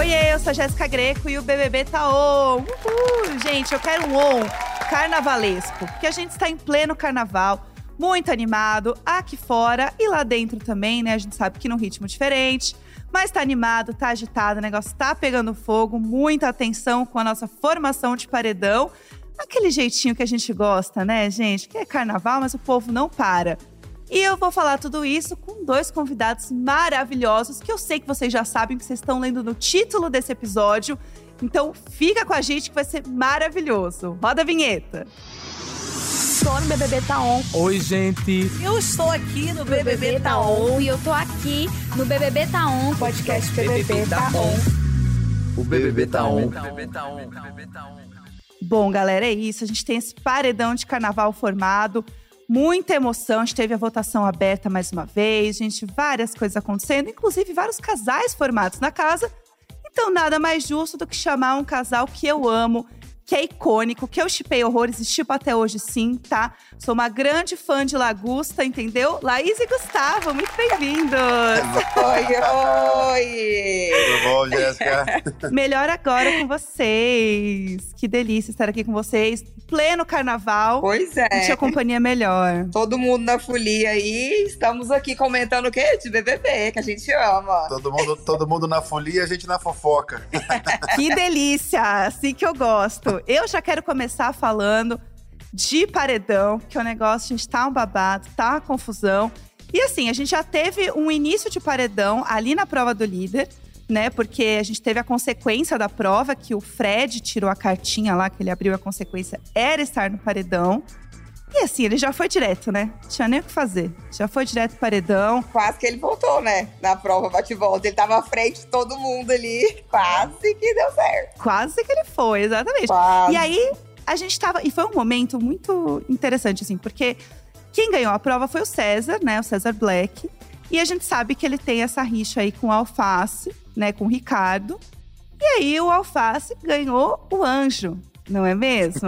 Oiê, eu sou a Jéssica Greco e o BBB tá on. Uhul. Gente, eu quero um on carnavalesco, porque a gente está em pleno carnaval, muito animado aqui fora e lá dentro também, né? A gente sabe que num ritmo diferente, mas tá animado, tá agitado, o negócio tá pegando fogo, muita atenção com a nossa formação de paredão. Aquele jeitinho que a gente gosta, né, gente? Que é carnaval, mas o povo não para. E eu vou falar tudo isso com dois convidados maravilhosos, que eu sei que vocês já sabem, que vocês estão lendo no título desse episódio. Então fica com a gente que vai ser maravilhoso. Roda a vinheta. Estou no BBB Tá On. Oi, gente. Eu estou aqui no BBB Tá On. E eu tô aqui no BBB Tá On. Podcast BBB Tá On. O BBB Tá On. Bom, galera, é isso. A gente tem esse paredão de carnaval formado. Muita emoção, a gente teve a votação aberta mais uma vez, gente, várias coisas acontecendo, inclusive vários casais formados na casa. Então nada mais justo do que chamar um casal que eu amo, que é icônico, que eu shippei horrores e shippo até hoje sim, tá? Sou uma grande fã de Lagusta, entendeu? Laís e Gustavo, muito bem-vindos! Oi! Tudo bom, Jéssica? Melhor agora com vocês. Que delícia estar aqui com vocês. Pleno carnaval. Pois é. Não tinha companhia melhor. Todo mundo na folia aí. Estamos aqui comentando o quê? De BBB, que a gente ama. Todo mundo na folia e a gente na fofoca. Que delícia! Assim que eu gosto. Eu já quero começar falando de paredão, que o negócio, gente, tá um babado, tá uma confusão. E assim, a gente já teve um início de paredão ali na prova do líder, né? Porque a gente teve a consequência da prova, que o Fred tirou a cartinha lá, que ele abriu, a consequência era estar no paredão. E assim, ele já foi direto, né? Não tinha nem o que fazer. Já foi direto pro paredão. Quase que ele voltou, né? Na prova bate-volta. Ele tava à frente de todo mundo ali. Quase que deu certo. Quase que ele foi, exatamente. Quase. E aí, a gente tava… E foi um momento muito interessante, assim, porque quem ganhou a prova foi o César, né? O César Black. E a gente sabe que ele tem essa rixa aí com o Alface, né? Com o Ricardo. E aí, o Alface ganhou o anjo. Não é mesmo?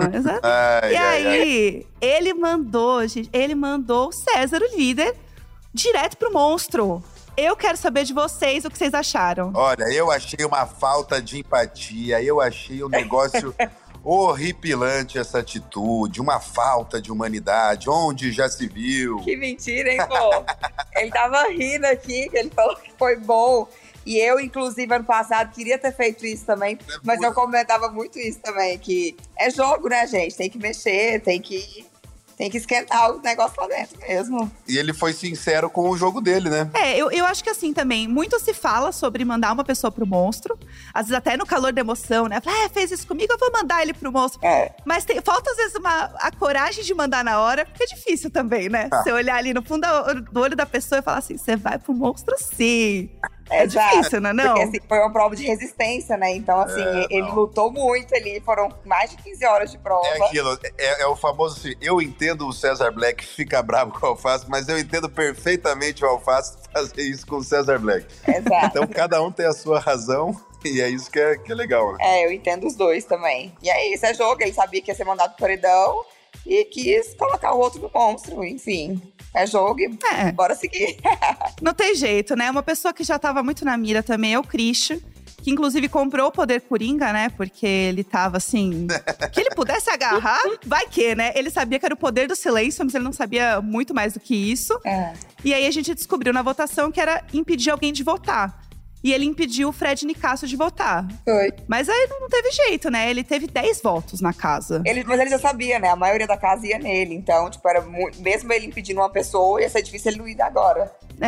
Ele mandou, gente, o César, o líder, direto pro monstro. Eu quero saber de vocês o que vocês acharam. Olha, eu achei uma falta de empatia, eu achei um negócio horripilante essa atitude, uma falta de humanidade, onde já se viu. Que mentira, hein, pô? Ele tava rindo aqui, que ele falou que foi bom. E eu, inclusive, ano passado, queria ter feito isso também. Mas eu comentava muito isso também, que é jogo, né, gente? Tem que mexer, tem que esquentar o negócio lá dentro mesmo. E ele foi sincero com o jogo dele, né? Eu acho que assim também, muito se fala sobre mandar uma pessoa pro monstro. Às vezes até no calor da emoção, né? Fez isso comigo, eu vou mandar ele pro monstro. Mas falta às vezes a coragem de mandar na hora, porque é difícil também, né? Você olhar ali no fundo do olho da pessoa e falar assim, você vai pro monstro sim. É difícil, não é não? Porque assim, foi uma prova de resistência, né? Então, assim, ele lutou muito ali. Foram mais de 15 horas de prova. É aquilo, é o famoso assim, eu entendo o César Black ficar bravo com o Alface, mas eu entendo perfeitamente o Alface fazer isso com o César Black. Exato. Então, cada um tem a sua razão. E é isso que é legal, né? Eu entendo os dois também. E é isso, é jogo. Ele sabia que ia ser mandado pro paredão e quis colocar o outro no monstro, enfim. É jogo e bora seguir. Não tem jeito, né? Uma pessoa que já tava muito na mira também é o Christian, que inclusive comprou o poder Coringa, né? Porque ele tava assim… que ele pudesse agarrar, vai que, né? Ele sabia que era o poder do silêncio, mas ele não sabia muito mais do que isso. E aí a gente descobriu na votação que era impedir alguém de votar. E ele impediu o Fred Nicásio de votar. Foi. Mas aí não teve jeito, né? Ele teve 10 votos na casa. Mas ele já sabia, né? A maioria da casa ia nele. Então, tipo, era mesmo ele impedindo uma pessoa, ia ser difícil ele não ir agora.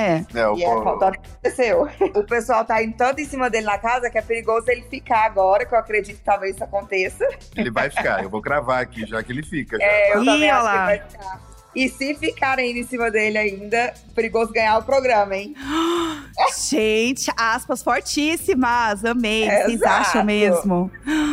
Então aconteceu. O pessoal tá indo tanto em cima dele na casa que é perigoso ele ficar agora, que eu acredito que talvez isso aconteça. Ele vai ficar, eu vou cravar aqui, já que ele fica. Eu também acho que ele vai ficar. E se ficarem indo em cima dele ainda, perigoso ganhar o programa, hein? Gente, aspas fortíssimas. Amei. Vocês acham mesmo?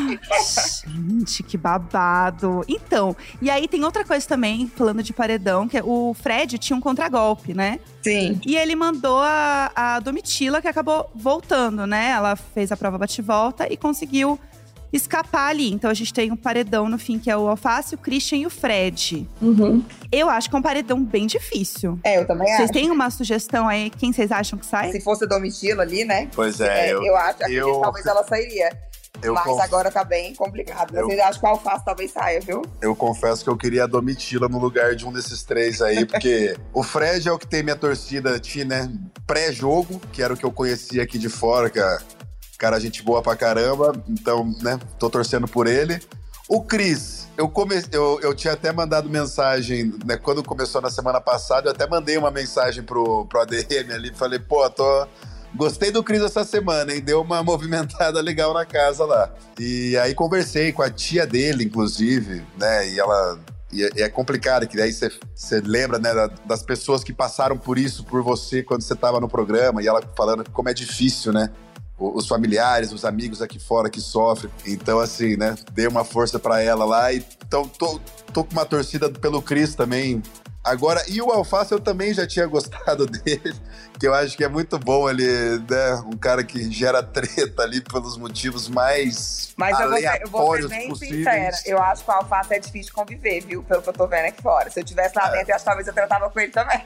Gente, que babado. Então, e aí tem outra coisa também, falando de paredão, que o Fred tinha um contragolpe, né? Sim. E ele mandou a Domitila, que acabou voltando, né? Ela fez a prova bate-volta e conseguiu escapar ali. Então a gente tem um paredão no fim, que é o Alface, o Christian e o Fred. Uhum. Eu acho que é um paredão bem difícil. Eu também Vocês acho. têm uma sugestão aí? Quem vocês acham que sai? Se fosse a Domitila ali, né? Pois é, eu acho que talvez ela sairia. Mas agora tá bem complicado. Mas eu acho que o Alface talvez saia, viu? Eu confesso que eu queria a Domitila no lugar de um desses três aí, porque o Fred é o que tem minha torcida, né? Pré-jogo, que era o que eu conhecia aqui de fora, que é cara, gente boa pra caramba. Então, né? Tô torcendo por ele. O Cris, eu tinha até mandado mensagem, né? Quando começou na semana passada, eu até mandei uma mensagem pro ADM ali. Falei, pô, gostei do Cris essa semana, hein? Deu uma movimentada legal na casa lá. E aí conversei com a tia dele, inclusive, né? E ela... E é complicado, que daí você lembra, né, das pessoas que passaram por isso, por você, quando você tava no programa. E ela falando como é difícil, né? Os familiares, os amigos aqui fora que sofrem. Então, assim, né? Dei uma força pra ela lá. Então, tô com uma torcida pelo Cris também. Agora, e o Alface eu também já tinha gostado dele, que eu acho que é muito bom ele, né, um cara que gera treta ali pelos motivos mais aleatórios possíveis. Sincera, eu acho que o Alface é difícil de conviver, viu, pelo que eu tô vendo aqui fora. Se eu tivesse lá dentro, eu acho que talvez eu tratava com ele também.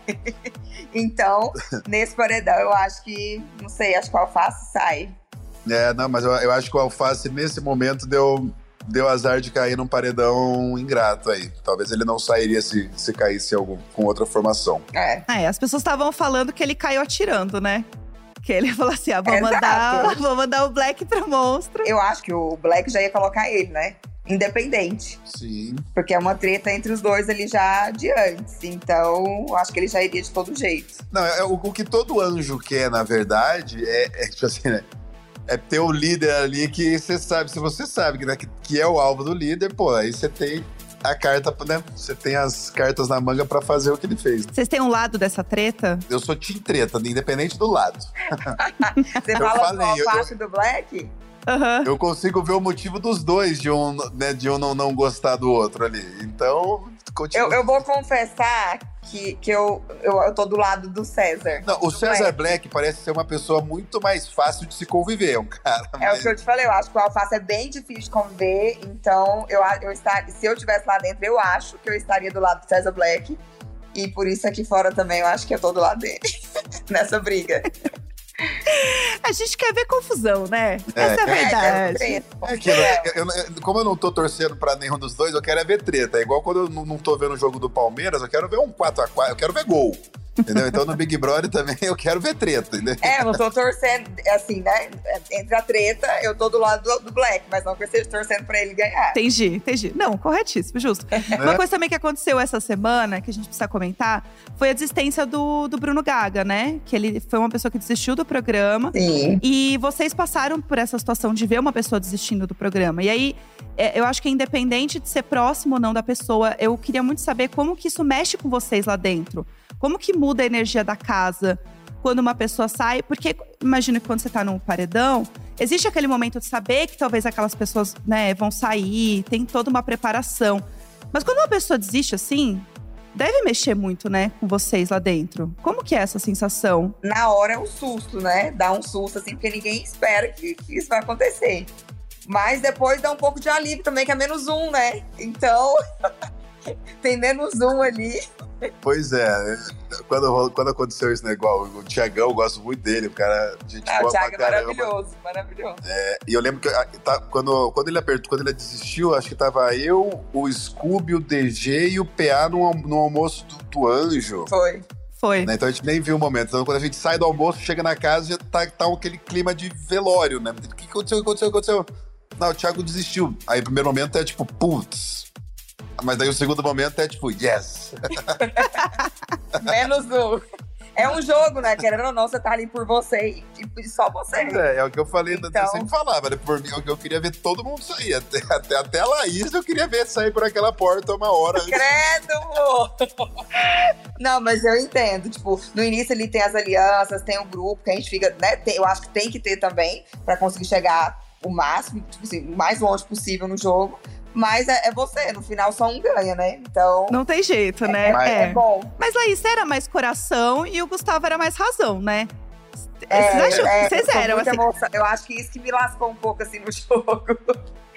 Então, nesse paredão, eu acho que, não sei, acho que o Alface sai. Não, mas eu acho que o Alface, nesse momento, deu azar de cair num paredão ingrato aí. Talvez ele não sairia se caísse com outra formação. As pessoas estavam falando que ele caiu atirando, né? Que ele falou assim, vou mandar o Black pro monstro. Eu acho que o Black já ia colocar ele, né? Independente. Sim. Porque é uma treta entre os dois ali já de antes. Então, eu acho que ele já iria de todo jeito. Não, o que todo anjo quer, na verdade, é tipo assim, né? É ter o líder ali que você sabe, se você sabe que é o alvo do líder, pô, aí você tem a carta, né? Você tem as cartas na manga pra fazer o que ele fez. Vocês têm um lado dessa treta? Eu sou team treta, independente do lado. Você fala do Alface do Black? Uhum. Eu consigo ver o motivo dos dois de um não gostar do outro ali. Então, continua. Eu vou confessar que eu tô do lado do César. Não, o César Black parece ser uma pessoa muito mais fácil de se conviver, é um cara. O que eu te falei, eu acho que o Alface é bem difícil de conviver, então se eu estivesse lá dentro, eu acho que eu estaria do lado do César Black. E por isso aqui fora também eu acho que eu tô do lado dele, nessa briga. A gente quer ver confusão, né? Essa é a verdade. Como eu não tô torcendo pra nenhum dos dois, eu quero ver treta. É igual quando eu não tô vendo o jogo do Palmeiras, eu quero ver um 4x4, eu quero ver gol. Entendeu? Então no Big Brother também eu quero ver treta, entendeu? Eu não tô torcendo, assim, né? Entre a treta, eu tô do lado do Black, mas não que eu esteja torcendo pra ele ganhar. Entendi. Não, corretíssimo, justo. Uma coisa também que aconteceu essa semana, que a gente precisa comentar, foi a desistência do Bruno Gaga, né? Que ele foi uma pessoa que desistiu do programa. Sim. E vocês passaram por essa situação de ver uma pessoa desistindo do programa. E aí, eu acho que independente de ser próximo ou não da pessoa, eu queria muito saber como que isso mexe com vocês lá dentro. Como que muda a energia da casa quando uma pessoa sai? Porque imagino que quando você tá num paredão, existe aquele momento de saber que talvez aquelas pessoas, né, vão sair, tem toda uma preparação. Mas quando uma pessoa desiste assim, deve mexer muito, né, com vocês lá dentro. Como que é essa sensação? Na hora é um susto, né? Dá um susto, assim, porque ninguém espera que isso vai acontecer. Mas depois dá um pouco de alívio também, que é menos um, né? Então, tem menos um ali. Pois é, quando aconteceu esse negócio, o Thiagão, eu gosto muito dele, o cara, gente boa o Thiago pra caramba. Maravilhoso. E eu lembro que quando ele desistiu, acho que tava eu, o Scooby, o DG e o PA no almoço do Anjo. Foi. Né? Então a gente nem viu o momento. Então quando a gente sai do almoço, chega na casa, já tá aquele clima de velório, né? O que aconteceu? Não, o Thiago desistiu. Aí o primeiro momento é tipo, putz. Mas daí o segundo momento é tipo, yes. Menos um. É um jogo, né? Querendo ou não, você tá ali por você e só você. É o que eu falei, então... eu sempre falava, né? Por mim, eu queria ver todo mundo sair. Até a Laís eu queria ver sair por aquela porta uma hora. Credo! Não, mas eu entendo. Tipo, no início ele tem as alianças, tem um grupo que a gente fica, né? Eu acho que tem que ter também, pra conseguir chegar o máximo, tipo assim, o mais longe possível no jogo. Mas é você, no final só um ganha, né? Então… Não tem jeito, né? É bom. Mas Laís era mais coração e o Gustavo era mais razão, né? Vocês eram assim… Eu acho que isso que me lascou um pouco, assim, no jogo.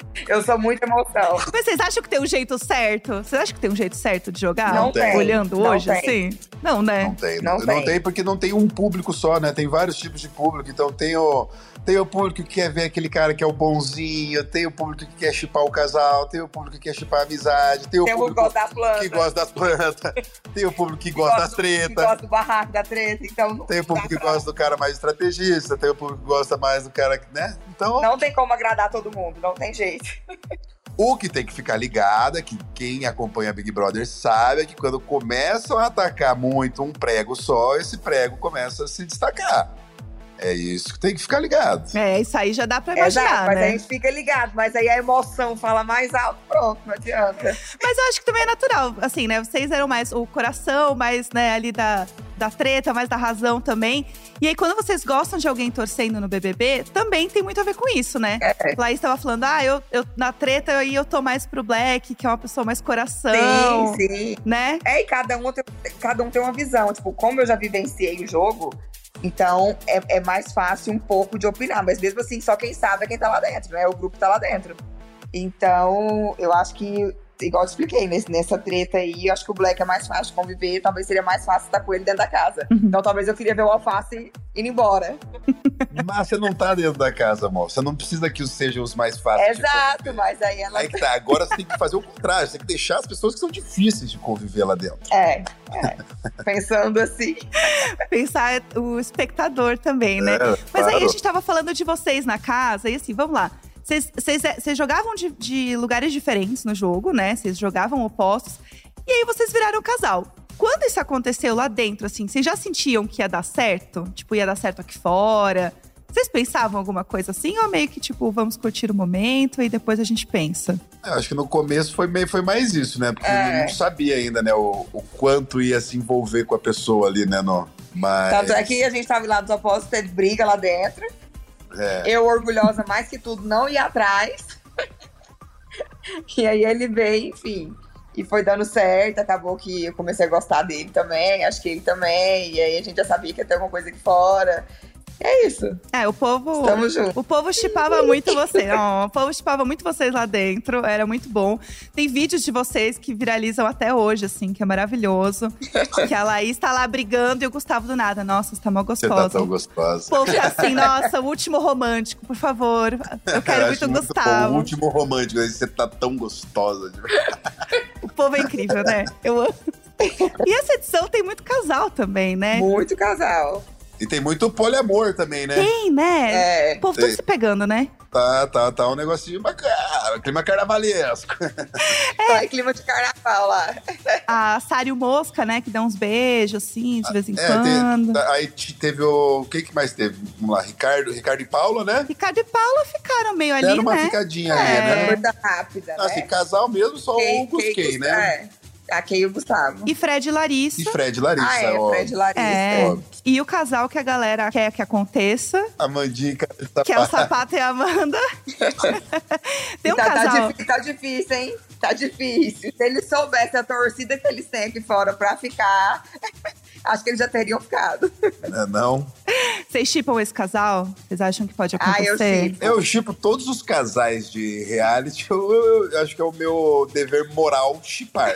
Eu sou muita emoção. Mas vocês acham que tem um jeito certo? Vocês acham que tem um jeito certo de jogar? Não tem. Olhando Não hoje, tem. assim? Não, né? Não tem porque não tem um público só, né? Tem vários tipos de público. Então tem o público que quer ver aquele cara que é o bonzinho, tem o público que quer chipar o casal, tem o público que quer chipar a amizade, tem o público que gosta da planta. que gosta das plantas, tem o público que gosta das Que tretas. gosta do barraco, da treta, então... Tem o público que gosta do cara mais estrategista, tem o público que gosta mais do cara, né? Então, Não tem como agradar todo mundo, não tem jeito. o que tem que ficar ligado é que quem acompanha Big Brother sabe que quando começam a atacar muito um prego só, esse prego começa a se destacar. É isso que tem que ficar ligado. Isso aí já dá pra imaginar, Exato, mas né? aí a gente fica ligado, mas aí a emoção fala mais alto, pronto, não adianta. Mas eu acho que também é natural, assim, né? Vocês eram mais o coração, mais, né, ali da treta, mais da razão também. E aí, quando vocês gostam de alguém torcendo no BBB, também tem muito a ver com isso, né? Laís estava falando, eu na treta aí eu tô mais pro Black, que é uma pessoa mais coração. Sim. Né? E cada um tem uma visão. Tipo, como eu já vivenciei o jogo, então é mais fácil um pouco de opinar. Mas mesmo assim, só quem sabe é quem tá lá dentro, né? O grupo tá lá dentro. Então, eu acho que, igual eu expliquei, nessa treta aí, eu acho que o Black é mais fácil de conviver. Talvez seria mais fácil estar com ele dentro da casa. Então, talvez eu queria ver o Alface indo embora. Mas você não tá dentro da casa, amor. Você não precisa que sejam os mais fáceis de Exato, conviver. mas aí ela... Aí que tá. Agora você tem que fazer o contrário. Você tem que deixar as pessoas que são difíceis de conviver lá dentro. Pensando assim. Pensar o espectador também, né? Mas aí a gente tava falando de vocês na casa, e assim, vamos lá. Vocês jogavam de lugares diferentes no jogo, né? Vocês jogavam opostos. E aí vocês viraram casal. Quando isso aconteceu lá dentro, assim, vocês já sentiam que ia dar certo? Tipo, ia dar certo aqui fora? Vocês pensavam alguma coisa assim? Ou meio que, tipo, vamos curtir o momento e depois a gente pensa? Eu acho que no começo foi mais isso, né? Porque eu não sabia ainda, né? O quanto ia se envolver com a pessoa ali, né? Mas... Tanto é que a gente tava lá dos opostos, teve briga lá dentro. Eu, orgulhosa mais que tudo, não ia atrás. E aí ele veio, enfim. E foi dando certo, acabou que eu comecei a gostar dele também, acho que ele também. E aí a gente já sabia que ia ter alguma coisa aqui fora. É isso. O povo… Estamos juntos. O povo shippava muito você. O povo shippava muito vocês lá dentro. Era muito bom. Tem vídeos de vocês que viralizam até hoje, assim, que é maravilhoso. Que a Laís tá lá brigando e o Gustavo do nada. Nossa, você tá mó gostosa. Você tá tão gostosa. O povo fica assim, nossa, o último romântico, por favor. Eu quero muito o Gustavo. O último romântico, você tá tão gostosa. O povo é incrível, né? Eu amo. E essa edição tem muito casal também, né? Muito casal. E tem muito poliamor também, né? Tem, né? O povo tá se pegando, né? Tá um negocinho bacana, clima carnavalesco. Tá em clima de carnaval lá. A Sário Mosca, né, que dá uns beijos, assim, de vez em quando. Aí teve o… Quem que mais teve? Vamos lá, Ricardo e Paula, né? Ricardo e Paula ficaram meio ali, Deram uma né? ficadinha ali, né? Coisa rápida, né? Assim, casal mesmo, só o Gusquei, né? A Kay e o Gustavo. E Fred e Larissa. E Fred e Larissa, Fred e Larissa. óbvio. E o casal que a galera quer que aconteça, Amandica, que é o Sapato e a Amanda. Tem um casal… Tá difícil, hein? Tá difícil. Se eles soubessem a torcida que eles têm aqui fora pra ficar, acho que eles já teriam ficado. Não? Vocês shippam esse casal? Vocês acham que pode acontecer? Eu shippo todos os casais de reality. Eu acho que é o meu dever moral shippar.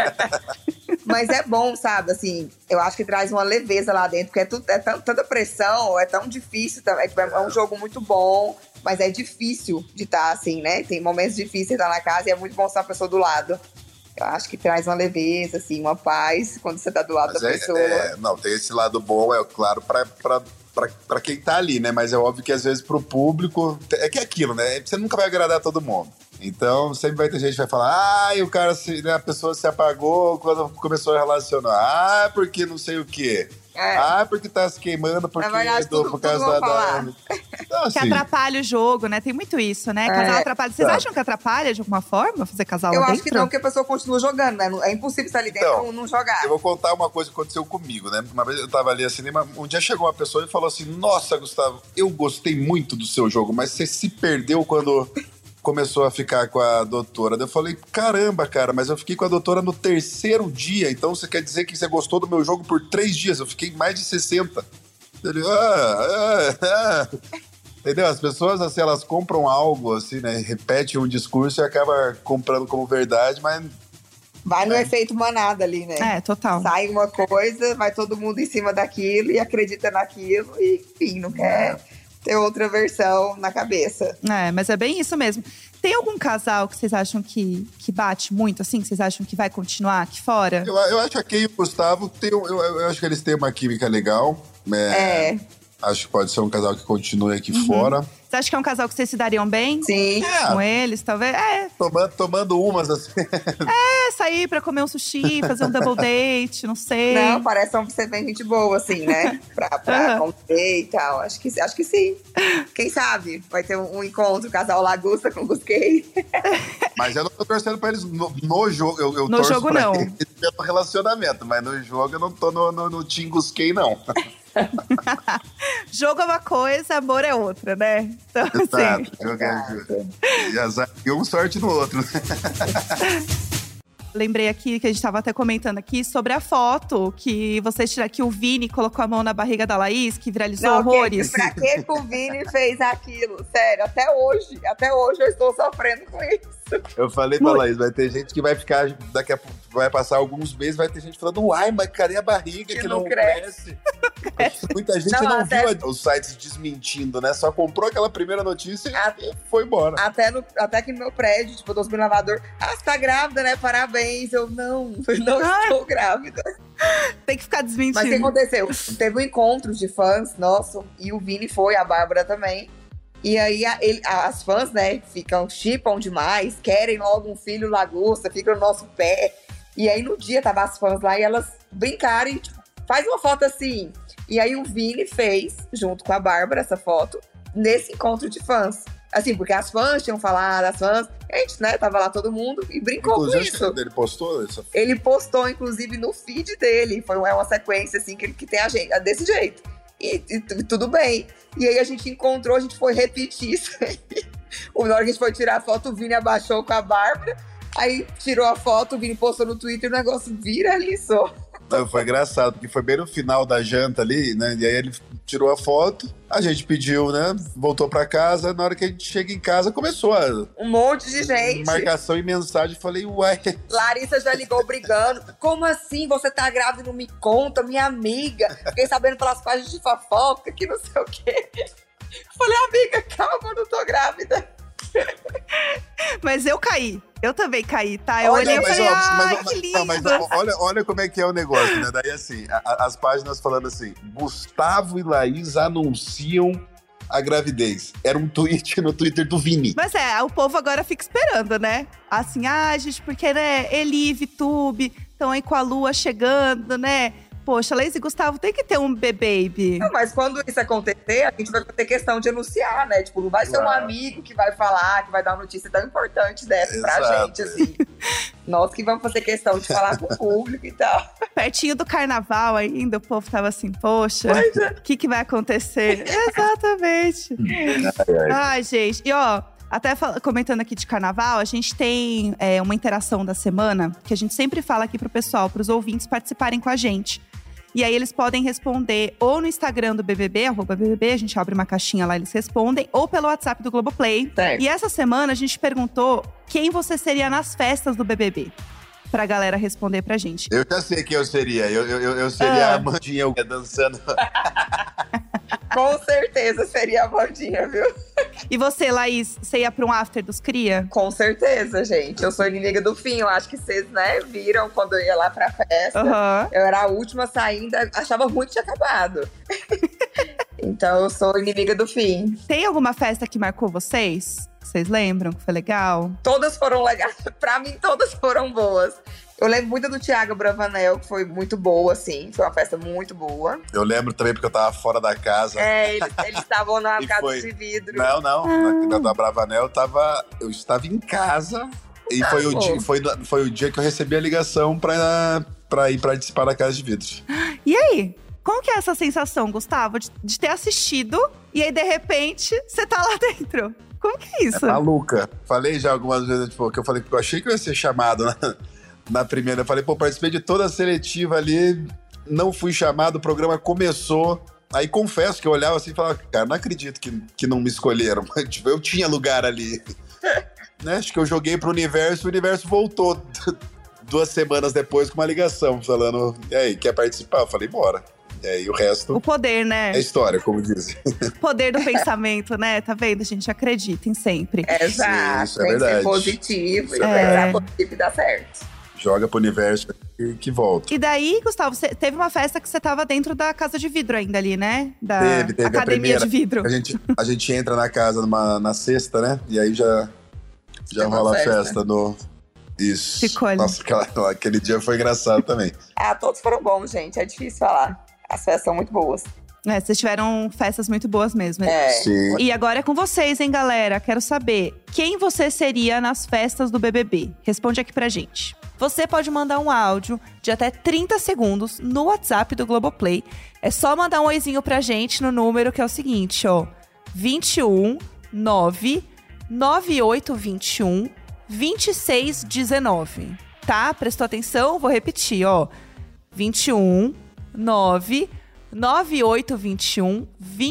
Mas é bom, sabe? Assim, eu acho que traz uma leveza lá dentro, porque tanta pressão, é tão difícil. É um jogo muito bom, mas é difícil de estar assim, né? Tem momentos difíceis de estar na casa e é muito bom estar a pessoa do lado. Eu acho que traz uma leveza, assim, uma paz quando você tá do lado da pessoa. Não, tem esse lado bom, é claro, pra quem tá ali, né? Mas é óbvio que às vezes pro público… É que é aquilo, né? Você nunca vai agradar todo mundo. Então, sempre vai ter gente que vai falar, o cara, a pessoa se apagou quando começou a relacionar. Porque não sei o quê. Porque tá se queimando por causa da… Então, assim, que atrapalha o jogo, né? Tem muito isso, né? Casal atrapalha. Vocês acham que atrapalha de alguma forma fazer casal lá dentro? Eu acho que não, porque a pessoa continua jogando, né? É impossível estar ali dentro e não jogar. Eu vou contar uma coisa que aconteceu comigo, né? Uma vez eu tava ali assim, um dia chegou uma pessoa e falou assim, nossa, Gustavo, eu gostei muito do seu jogo, mas você se perdeu quando começou a ficar com a doutora. Eu falei, caramba, cara, mas eu fiquei com a doutora no 3º dia, então você quer dizer que você gostou do meu jogo por 3 dias? Eu fiquei mais de 60. Ele, Entendeu? As pessoas, assim, elas compram algo, assim, né? Repetem um discurso e acabam comprando como verdade, mas... Vai no efeito manada ali, né? É, total. Sai uma coisa, vai todo mundo em cima daquilo e acredita naquilo e, enfim, não quer ter outra versão na cabeça. É, mas é bem isso mesmo. Tem algum casal que vocês acham que bate muito, assim? Que vocês acham que vai continuar aqui fora? Eu acho que a Kay e o Gustavo, eu acho que eles têm uma química legal. Acho que pode ser um casal que continue aqui fora. Você acha que é um casal que vocês se dariam bem? Sim. Com eles, talvez? Tomando umas, assim. Sair pra comer um sushi, fazer um double date, não sei. Não, parece ser bem gente boa, assim, né? Pra conter e tal. Acho que sim. Quem sabe? Vai ter um encontro, casal Lagusta com Gusquei. Mas eu não tô torcendo pra eles no jogo. Eu no torço jogo, pra não. eles no relacionamento, mas no jogo eu não tô no Team Gusquei, não. Jogo é uma coisa, amor é outra, né? Então, assim. E azar e um sorte no outro. Lembrei aqui que a gente tava até comentando aqui sobre a foto que vocês tiraram, que o Vini colocou a mão na barriga da Laís, que viralizou horrores. Pra que o Vini fez aquilo? Sério, até hoje eu estou sofrendo com isso. Eu falei pra Laís, vai ter gente que vai ficar, daqui a pouco, vai passar alguns meses, vai ter gente falando, uai, mas cadê a barriga que não cresce? Muita gente não viu os sites desmentindo, né? Só comprou aquela primeira notícia e foi embora. Até que no meu prédio, tipo, eu tô no lavador, você tá grávida, né? Parabéns. Eu não estou grávida. Tem que ficar desmentindo. Mas o que aconteceu? Teve um encontro de fãs nosso, e o Vini foi, a Bárbara também. E aí as fãs, né, chipam demais, querem logo um filho Lagusta, ficam no nosso pé. E aí no dia tava as fãs lá e elas brincaram e tipo, faz uma foto assim. E aí o Vini fez, junto com a Bárbara, essa foto, nesse encontro de fãs. Assim, porque as fãs tinham falado, a gente, né, tava lá todo mundo e brincou inclusive, com isso. Ele postou isso? Ele postou, inclusive, no feed dele. Foi uma sequência, assim, que tem a gente, desse jeito. E tudo bem. E aí a gente encontrou, a gente foi repetir isso aí. Na hora que a gente foi tirar a foto, o Vini abaixou com a Bárbara. Aí tirou a foto, o Vini postou no Twitter e o negócio viralizou. Não, foi engraçado, porque foi bem no final da janta ali, né? E aí ele tirou a foto, a gente pediu, né? Voltou pra casa, na hora que a gente chega em casa, começou um monte de gente. Marcação e mensagem, falei, uai. Larissa já ligou brigando. Como assim? Você tá grávida e não me conta, minha amiga? Fiquei sabendo pelas páginas de fofoca, que não sei o quê. Falei, amiga, calma, eu não tô grávida. Mas eu caí. Eu também caí, tá? Eu olhei e falei, que lindo. Mas olha como é que é o negócio, né? Daí, assim, as páginas falando assim, Gustavo e Laís anunciam a gravidez. Era um tweet no Twitter do Vini. Mas o povo agora fica esperando, né? Assim, gente, porque, né, Eli, VTube, estão aí com a lua chegando, né? Poxa, Laís e Gustavo tem que ter um baby. Não, mas quando isso acontecer, a gente vai ter questão de anunciar, né? Tipo, não vai ser um amigo que vai falar, que vai dar uma notícia tão importante dessa pra gente, assim. Nós que vamos fazer questão de falar com o público e tal. Pertinho do carnaval ainda, o povo tava assim, poxa, o que vai acontecer? Exatamente. Ai, gente. E até comentando aqui de carnaval, a gente tem uma interação da semana que a gente sempre fala aqui pro pessoal, pros ouvintes participarem com a gente. E aí eles podem responder ou no Instagram do BBB, @BBB, a gente abre uma caixinha lá, eles respondem, ou pelo WhatsApp do Globoplay. Certo. E essa semana a gente perguntou quem você seria nas festas do BBB. Pra galera responder pra gente. Eu já sei quem eu seria. Eu seria a Amandinha dançando. Com certeza seria a Amandinha, viu? E você, Laís, você ia pra um after dos cria? Com certeza, gente. Eu sou inimiga do fim. Eu acho que vocês, né, viram quando eu ia lá pra festa. Uhum. Eu era a última saindo, achava muito que tinha acabado. Então eu sou inimiga do fim. Tem alguma festa que marcou vocês? Vocês lembram que foi legal? Todas foram legais. Pra mim, todas foram boas. Eu lembro muito do Thiago Bravanel, que foi muito boa, assim. Foi uma festa muito boa. Eu lembro também porque eu tava fora da casa. Eles estavam na casa de vidro. Não. Na da Bravanel, eu estava em casa. E foi o dia que eu recebi a ligação pra ir participar da casa de vidro. E aí? Como que é essa sensação, Gustavo? De ter assistido e aí, de repente, você tá lá dentro? Como que é isso? É maluca. Falei já algumas vezes, tipo, que eu achei que eu ia ser chamado, né? Na primeira. Eu falei, participei de toda a seletiva ali, não fui chamado, o programa começou. Aí confesso que eu olhava assim e falava, cara, não acredito que não me escolheram. Tipo, eu tinha lugar ali. Né? Acho que eu joguei pro universo, o universo voltou 2 semanas depois com uma ligação, falando, e aí, quer participar? Eu falei, bora. E aí o resto O poder, né? é história, como dizem. O poder do pensamento, né? Tá vendo? A gente acredita sempre. Exato, isso é tem que ser verdade. positivo, e É. pensar positivo e dar certo. Joga pro universo que volta. E daí, Gustavo, você teve uma festa que você tava dentro da casa de vidro ainda ali, né? Da Teve a academia primeira. de vidro. A gente entra na casa na sexta, né? E aí já Tem uma rola a festa. festa no... Isso. Ficou ali. Nossa, aquele dia foi engraçado também. Todos foram bons, gente. É difícil falar. As festas são muito boas. Vocês tiveram festas muito boas mesmo. Sim. E agora é com vocês, hein, galera? Quero saber quem você seria nas festas do BBB. Responde aqui pra gente. Você pode mandar um áudio de até 30 segundos no WhatsApp do Globoplay. É só mandar um oizinho pra gente no número que é o seguinte, ó. 21 9 9821 2619. Tá? Prestou atenção? Vou repetir, ó. 21 9 9821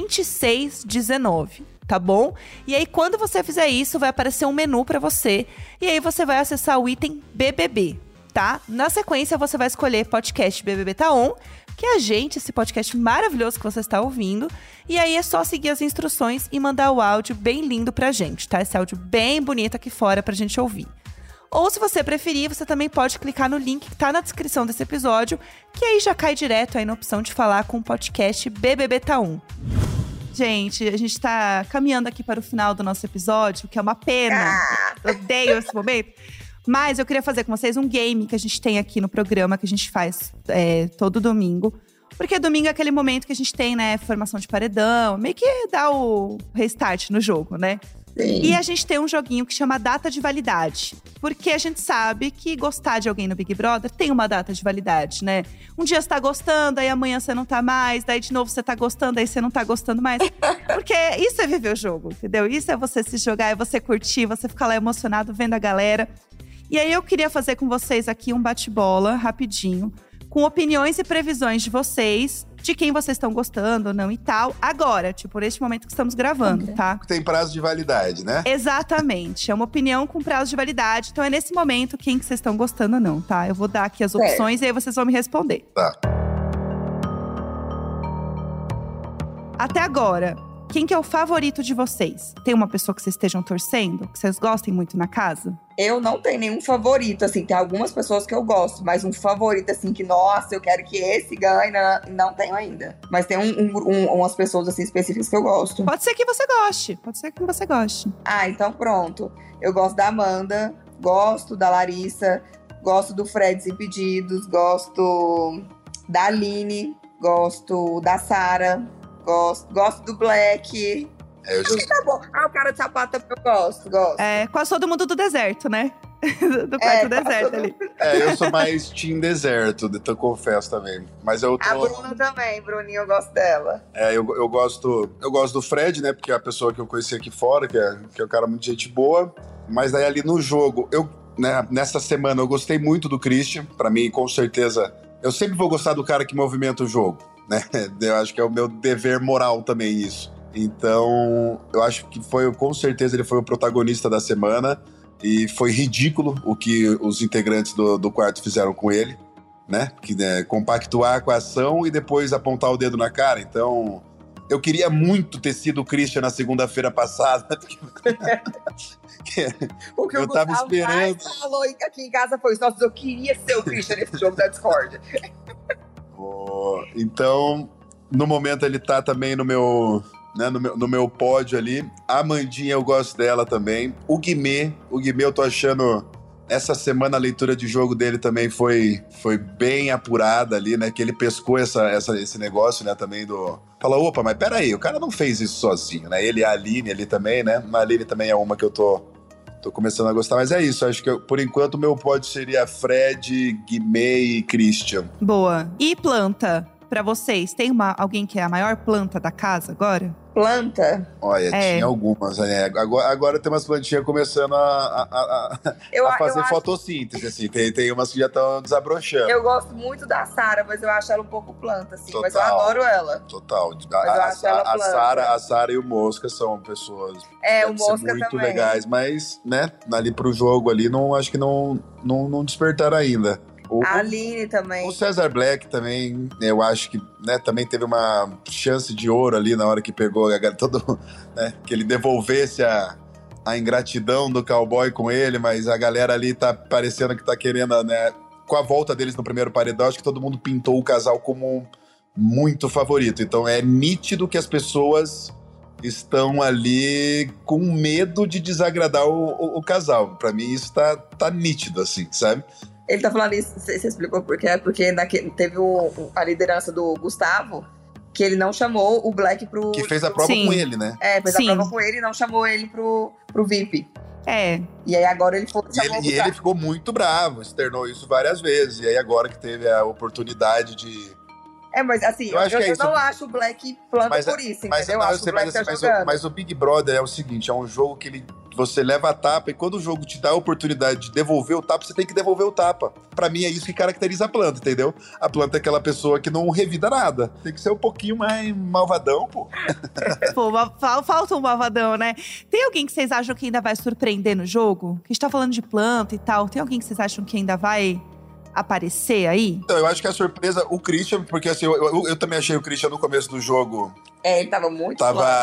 2619. Tá bom? E aí, quando você fizer isso, vai aparecer um menu pra você. E aí, você vai acessar o item BBB, tá? Na sequência, você vai escolher podcast BBB Tá On, que é a gente, esse podcast maravilhoso que você está ouvindo. E aí, é só seguir as instruções e mandar o áudio bem lindo pra gente, tá? Esse áudio bem bonito aqui fora pra gente ouvir. Ou, se você preferir, você também pode clicar no link que tá na descrição desse episódio, que aí já cai direto aí na opção de falar com o podcast BBB Tá On. Gente, a gente tá caminhando aqui para o final do nosso episódio, que é uma pena. Eu odeio esse momento. Mas eu queria fazer com vocês um game que a gente tem aqui no programa, que a gente faz todo domingo. Porque domingo é aquele momento que a gente tem, né, formação de paredão. Meio que dá o restart no jogo, né? Sim. E a gente tem um joguinho que chama Data de Validade. Porque a gente sabe que gostar de alguém no Big Brother tem uma data de validade, né? Um dia você tá gostando, aí amanhã você não tá mais. Daí de novo você tá gostando, aí você não tá gostando mais. Porque isso é viver o jogo, entendeu? Isso é você se jogar, é você curtir, você ficar lá emocionado vendo a galera. E aí eu queria fazer com vocês aqui um bate-bola, rapidinho. Com opiniões e previsões de vocês, de quem vocês estão gostando ou não e tal. Agora, tipo, neste momento que estamos gravando, tá? Tem prazo de validade, né? Exatamente. É uma opinião com prazo de validade. Então é nesse momento quem que vocês estão gostando ou não, tá? Eu vou dar aqui as opções e aí vocês vão me responder. Tá. Até agora, quem que é o favorito de vocês? Tem uma pessoa que vocês estejam torcendo? Que vocês gostem muito na casa? Eu não tenho nenhum favorito, assim. Tem algumas pessoas que eu gosto, mas um favorito, assim, que, nossa, eu quero que esse ganhe, não tenho ainda. Mas tem umas pessoas, assim, específicas que eu gosto. Pode ser que você goste. Pode ser que você goste. Então pronto. Eu gosto da Amanda, gosto da Larissa, gosto do Fred Desimpedidos, gosto da Aline, gosto da Sara, gosto do Black. Tá bom. O cara de sapato também eu gosto. É, quase todo mundo do deserto, né? Do quarto deserto ali. Eu sou mais team deserto, eu confesso também. Mas eu tô... A Bruna também, Bruninha, eu gosto dela. Eu gosto do Fred, né? Porque é a pessoa que eu conheci aqui fora, que é um cara muito gente boa. Mas daí ali no jogo, nessa semana eu gostei muito do Christian. Pra mim, com certeza, eu sempre vou gostar do cara que movimenta o jogo, né? Eu acho que é o meu dever moral também isso. Então, eu acho que com certeza ele foi o protagonista da semana. E foi ridículo o que os integrantes do quarto fizeram com ele, né? Compactuar com a ação e depois apontar o dedo na cara. Então, eu queria muito ter sido o Christian na segunda-feira passada. O que eu tava esperando. Mais falou aqui em casa foi: nossa, eu queria ser o Christian nesse jogo da Discord. Então, no momento ele tá também no meu pódio ali. A Amandinha, eu gosto dela também. O Guimê eu tô achando... Essa semana a leitura de jogo dele também foi bem apurada ali, né? Que ele pescou esse negócio, né? Também Fala, opa, mas peraí, o cara não fez isso sozinho, né? Ele e a Aline ali também, né? A Aline também é uma que eu tô começando a gostar. Mas é isso, acho que por enquanto o meu pódio seria Fred, Guimê e Christian. Boa. E planta? pra vocês, tem alguém que é a maior planta da casa agora? Planta? Olha, tinha algumas, né? Agora tem umas plantinhas começando a fazer fotossíntese, assim. Tem umas que já estão desabrochando. Eu gosto muito da Sara, mas eu acho ela um pouco planta, assim. Total, mas eu adoro ela. Total. Mas eu acho ela planta. A Sara e o Mosca são pessoas o Mosca muito também. legais, mas, né, ali pro jogo ali, acho que não despertaram ainda. A Aline também. O Cesar Black também, eu acho que, né, também teve uma chance de ouro ali na hora que pegou né, que ele devolvesse a ingratidão do cowboy com ele, mas a galera ali tá parecendo que tá querendo, né, com a volta deles no primeiro paredão, acho que todo mundo pintou o casal como muito favorito. Então é nítido que as pessoas estão ali com medo de desagradar o casal. Pra mim isso tá nítido, assim, sabe? Ele tá falando isso, você explicou por quê? Porque teve a liderança do Gustavo, que ele não chamou o Black pro... Que fez a prova com ele, né? Fez a prova com ele e não chamou ele pro VIP. E aí agora ele chamou o Gustavo. Ele ficou muito bravo, externou isso várias vezes. E aí agora que teve a oportunidade de... Mas assim, eu não acho o Black planta por isso, entendeu? Eu acho que o Black tá jogando. Mas o Big Brother é o seguinte, é um jogo que você leva a tapa e quando o jogo te dá a oportunidade de devolver o tapa, você tem que devolver o tapa. Pra mim é isso que caracteriza a planta, entendeu? A planta é aquela pessoa que não revida nada. Tem que ser um pouquinho mais malvadão, pô. Pô, falta um malvadão, né? Tem alguém que vocês acham que ainda vai surpreender no jogo? Que a gente tá falando de planta e tal. Tem alguém que vocês acham que ainda vai aparecer aí? Então, eu acho que a surpresa, o Christian, porque assim, eu também achei o Christian no começo do jogo. Ele tava muito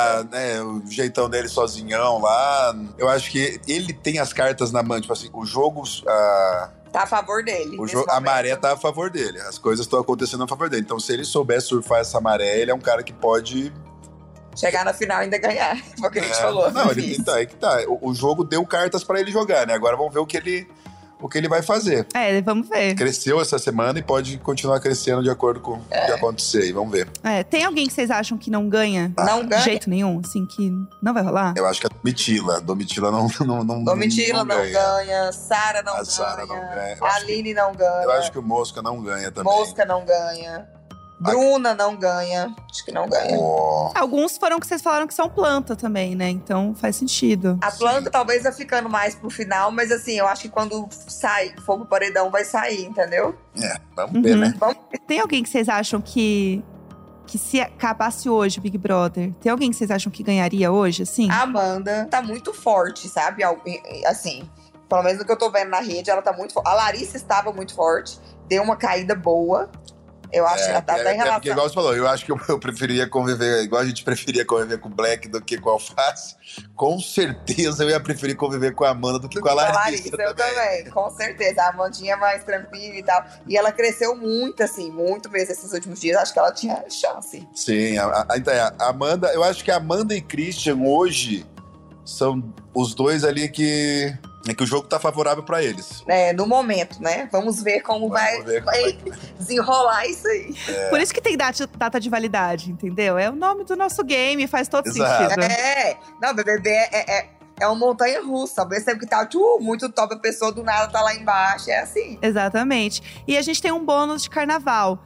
né, o jeitão dele sozinhão lá. Eu acho que ele tem as cartas na mão, tipo assim, o jogo... Tá a favor dele. A maré tá a favor dele. As coisas estão acontecendo a favor dele. Então, se ele souber surfar essa maré, ele é um cara que pode... chegar na final e ainda ganhar. Foi o que a gente falou. Não, aí que tá. O jogo deu cartas pra ele jogar, né? Agora vamos ver o que ele vai fazer. Vamos ver. Cresceu essa semana e pode continuar crescendo de acordo com o que acontecer. E vamos ver. Tem alguém que vocês acham que não ganha? Não ganha? De jeito nenhum, assim, que não vai rolar? Eu acho que a Domitila. Domitila não Domitila não ganha. Sara não ganha. Sara não ganha. A Aline não ganha. Eu acho que o Mosca não ganha também. Mosca não ganha. Bruna não ganha. Acho que não ganha. Alguns foram que vocês falaram que são planta também, né? Então faz sentido. A planta talvez vai ficando mais pro final, mas assim, eu acho que quando for pro paredão vai sair, entendeu? Vamos ver, né? Tem alguém que vocês acham que se acabasse hoje o Big Brother, tem alguém que vocês acham que ganharia hoje, assim? A Amanda tá muito forte, sabe? Assim, pelo menos no que eu tô vendo na rede, ela tá muito forte. A Larissa estava muito forte, deu uma caída boa. Eu acho que até em relação... Porque, igual você falou, eu acho que eu preferia conviver, igual a gente preferia conviver com o Black do que com o Alface. Com certeza eu ia preferir conviver com a Amanda do que com a Larissa. Eu também, com certeza. A Amandinha é mais tranquila e tal. E ela cresceu muito, assim, muito mesmo esses últimos dias. Acho que ela tinha chance. Sim, a Amanda, eu acho que a Amanda e Christian hoje são os dois ali que o jogo tá favorável pra eles. No momento, né? Vamos ver como vai desenrolar isso aí. Por isso que tem data de validade, entendeu? É o nome do nosso game, faz todo sentido. Não, BBB é uma montanha russa. Ao mesmo tempo que tá muito top, a pessoa do nada tá lá embaixo, é assim. Exatamente. E a gente tem um bônus de carnaval.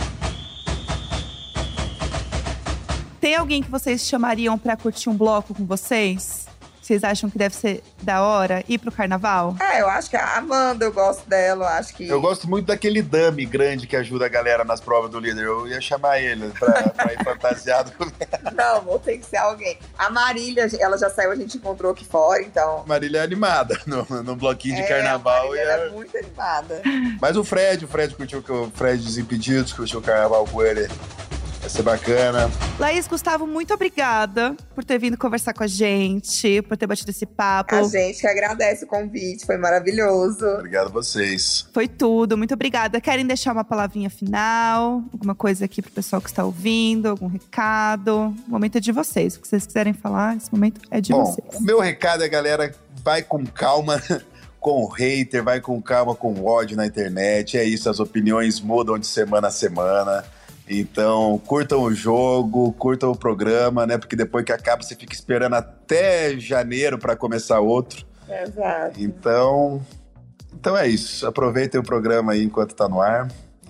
Tem alguém que vocês chamariam pra curtir um bloco com vocês? Vocês acham que deve ser da hora ir pro carnaval? Eu acho que a Amanda, eu gosto dela, eu acho que... Eu gosto muito daquele dummy grande que ajuda a galera nas provas do líder. Eu ia chamar ele pra ir fantasiado. Não, tem que ser alguém. A Marília, ela já saiu, a gente encontrou aqui fora, então... Marília é animada no bloquinho de carnaval. A Marília é muito animada. Mas o Fred curtiu o Fred Desimpedidos, curtiu o carnaval com ele. Vai ser bacana. Laís, Gustavo, muito obrigada por ter vindo conversar com a gente, por ter batido esse papo. A gente que agradece o convite, foi maravilhoso. Obrigado a vocês. Foi tudo, muito obrigada. Querem deixar uma palavrinha final? Alguma coisa aqui pro pessoal que está ouvindo? Algum recado? O momento é de vocês. O que vocês quiserem falar, esse momento é de vocês. O meu recado é, galera, vai com calma com o hater, vai com calma com o ódio na internet. É isso, as opiniões mudam de semana a semana. Então, curtam o jogo, curtam o programa, né? Porque depois que acaba, você fica esperando até janeiro para começar outro. Exato. Então é isso. Aproveitem o programa aí enquanto tá no ar.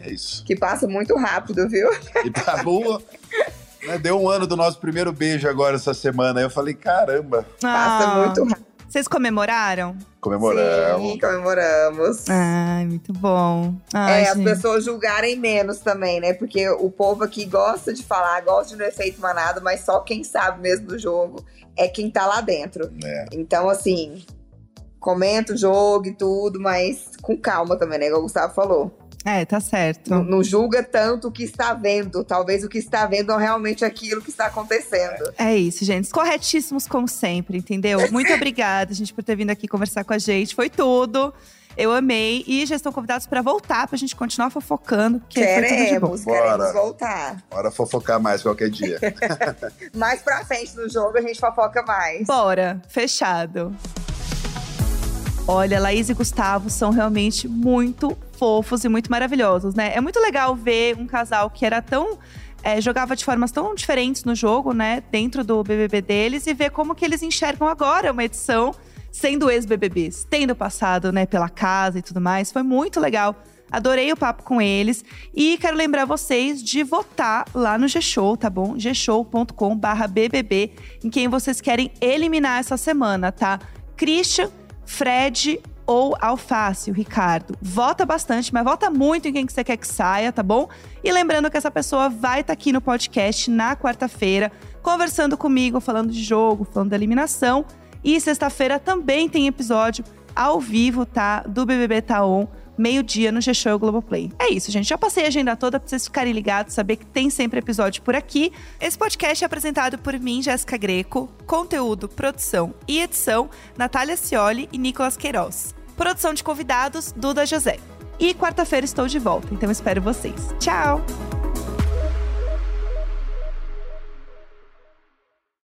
É isso. Que passa muito rápido, viu? E tá boa. Né, deu 1 ano do nosso primeiro beijo agora essa semana. Aí eu falei, caramba. Passa muito rápido. Vocês comemoraram? Comemoramos. Sim, comemoramos. Ai, muito bom. Ai, As gente. pessoas julgarem menos também, né? Porque o povo aqui gosta de falar, gosta de no efeito manada, mas só quem sabe mesmo do jogo é quem tá lá dentro. Então, assim, comenta o jogo e tudo, mas com calma também, né? Igual o Gustavo falou. Tá certo. Não julga tanto o que está vendo. Talvez o que está vendo não é realmente aquilo que está acontecendo. É isso, gente. Corretíssimos como sempre, entendeu? Muito obrigada, gente, por ter vindo aqui conversar com a gente. Foi tudo. Eu amei. E já estão convidados para voltar, pra gente continuar fofocando. Porque Queremos Bora. voltar. Bora fofocar mais qualquer dia. Mais pra frente no jogo a gente fofoca mais. Bora. Fechado. Olha, Laís e Gustavo são realmente muito fofos e muito maravilhosos, né? É muito legal ver um casal que era tão… jogava de formas tão diferentes no jogo, né? Dentro do BBB deles. E ver como que eles enxergam agora uma edição sendo ex-BBBs. Tendo passado, né, pela casa e tudo mais. Foi muito legal. Adorei o papo com eles. E quero lembrar vocês de votar lá no G-Show, tá bom? gshow.com/BBB, em quem vocês querem eliminar essa semana, tá? Christian, Fred ou Alface, o Ricardo. Vota bastante, mas vota muito em quem que você quer que saia, tá bom? E lembrando que essa pessoa vai estar aqui no podcast na quarta-feira, conversando comigo, falando de jogo, falando da eliminação. E sexta-feira também tem episódio ao vivo, tá? Do BBB Tá On, meio-dia no G-Show e o Globoplay. É isso, gente. Já passei a agenda toda pra vocês ficarem ligados, saber que tem sempre episódio por aqui. Esse podcast é apresentado por mim, Jéssica Greco. Conteúdo, produção e edição, Natália Scioli e Nicolas Queiroz. Produção de convidados, Duda José. E quarta-feira estou de volta, então espero vocês. Tchau!